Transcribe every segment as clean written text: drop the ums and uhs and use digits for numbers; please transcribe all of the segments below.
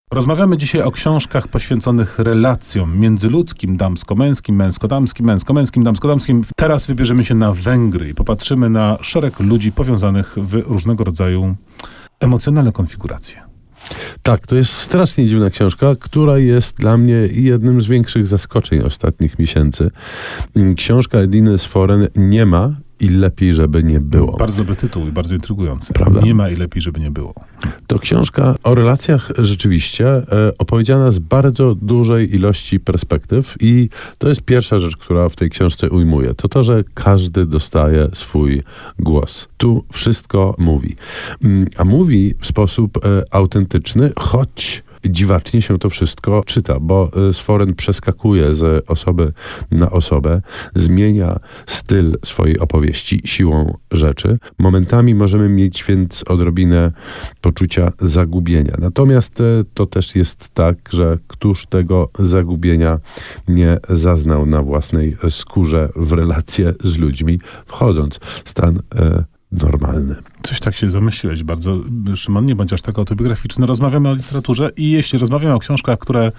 Rozmawiamy dzisiaj o książkach poświęconych relacjom międzyludzkim, damsko-męskim, męsko-damskim, męsko-męskim, damsko-damskim. Teraz wybierzemy się na Węgry i popatrzymy na szereg ludzi powiązanych w różnego rodzaju emocjonalne konfiguracje. Tak, to jest strasznie dziwna książka, która jest dla mnie jednym z większych zaskoczeń ostatnich miesięcy. Książka Ediny Sforen Nie ma i lepiej, żeby nie było. Bardzo dobry tytuł i bardzo intrygujący. Prawda? Nie ma i lepiej, żeby nie było. To książka o relacjach rzeczywiście opowiedziana z bardzo dużej ilości perspektyw i to jest pierwsza rzecz, która w tej książce ujmuje. To, że każdy dostaje swój głos. Tu wszystko mówi. A mówi w sposób autentyczny, choć dziwacznie się to wszystko czyta, bo Sforen przeskakuje z osoby na osobę, zmienia styl swojej opowieści siłą rzeczy. Momentami możemy mieć więc odrobinę poczucia zagubienia. Natomiast to też jest tak, że któż tego zagubienia nie zaznał na własnej skórze w relacje z ludźmi, wchodząc w stan normalny. Coś tak się zamyśliłeś bardzo, Szymon, nie bądź aż tak autobiograficzny. Rozmawiamy o literaturze i jeśli rozmawiamy o książkach, które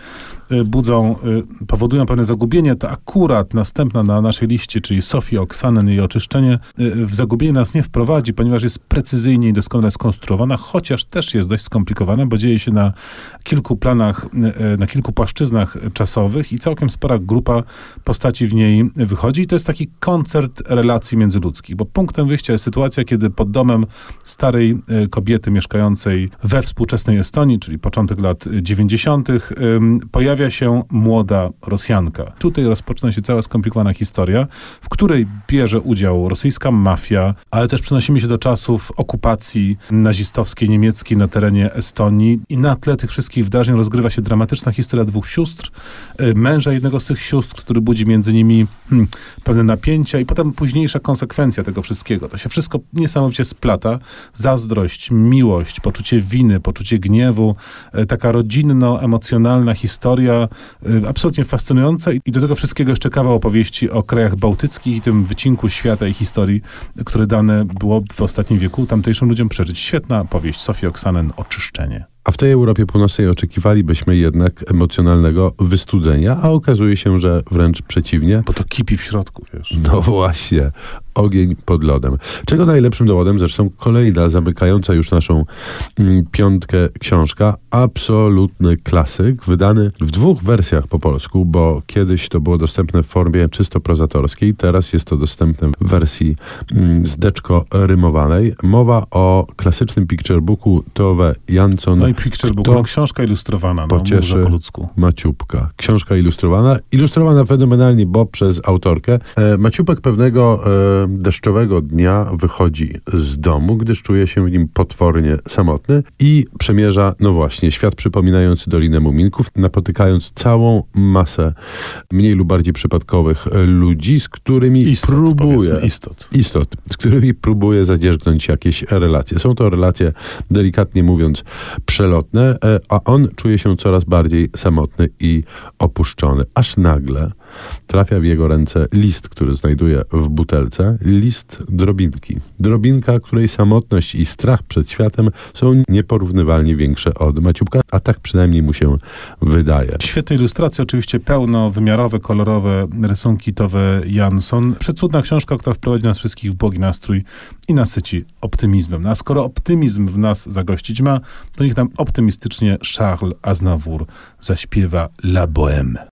powodują pewne zagubienie, to akurat następna na naszej liście, czyli Sofii Oksanen i jej Oczyszczenie, w zagubienie nas nie wprowadzi, ponieważ jest precyzyjnie i doskonale skonstruowana, chociaż też jest dość skomplikowana, bo dzieje się na kilku planach, na kilku płaszczyznach czasowych i całkiem spora grupa postaci w niej wychodzi. I to jest taki koncert relacji międzyludzkich, bo punktem wyjścia jest sytuacja, kiedy pod domem starej kobiety mieszkającej we współczesnej Estonii, czyli początek lat 90., pojawia się młoda Rosjanka. Tutaj rozpoczyna się cała skomplikowana historia, w której bierze udział rosyjska mafia, ale też przenosimy się do czasów okupacji nazistowskiej niemieckiej na terenie Estonii i na tle tych wszystkich wydarzeń rozgrywa się dramatyczna historia dwóch sióstr, męża jednego z tych sióstr, który budzi między nimi pewne napięcia i potem późniejsza konsekwencja tego wszystkiego. To się wszystko niesamowicie splata. Zazdrość, miłość, poczucie winy, poczucie gniewu, taka rodzinno-emocjonalna historia, absolutnie fascynująca i do tego wszystkiego jeszcze kawał opowieści o krajach bałtyckich i tym wycinku świata i historii, które dane było w ostatnim wieku tamtejszym ludziom przeżyć. Świetna powieść Sofii Oksanen, Oczyszczenie. A w tej Europie Północnej oczekiwalibyśmy jednak emocjonalnego wystudzenia, a okazuje się, że wręcz przeciwnie. Bo to kipi w środku, wiesz. No właśnie, ogień pod lodem. Czego najlepszym dowodem, zresztą kolejna zamykająca już naszą piątkę książka, absolutny klasyk, wydany w dwóch wersjach po polsku, bo kiedyś to było dostępne w formie czysto prozatorskiej, teraz jest to dostępne w wersji zdeczko-rymowanej. Mowa o klasycznym picture booku Tove Jansson. No i picture book, książka ilustrowana, pocieszy po ludzku. Maciupka. Książka ilustrowana fenomenalnie, bo przez autorkę. Maciupek pewnego deszczowego dnia wychodzi z domu, gdyż czuje się w nim potwornie samotny i przemierza, no właśnie, świat przypominający Dolinę Muminków, napotykając całą masę mniej lub bardziej przypadkowych ludzi, z którymi z którymi próbuje zadzierzgnąć jakieś relacje. Są to relacje, delikatnie mówiąc, przelotne, a on czuje się coraz bardziej samotny i opuszczony. Aż nagle trafia w jego ręce list, który znajduje w butelce. List drobinki. Drobinka, której samotność i strach przed światem są nieporównywalnie większe od Maciupka, a tak przynajmniej mu się wydaje. Świetne ilustracje, oczywiście pełnowymiarowe, kolorowe rysunki Tove Jansson. Przecudna książka, która wprowadzi nas wszystkich w błogi nastrój i nasyci optymizmem. No a skoro optymizm w nas zagościć ma, to niech nam optymistycznie Charles Aznavour zaśpiewa La Bohème.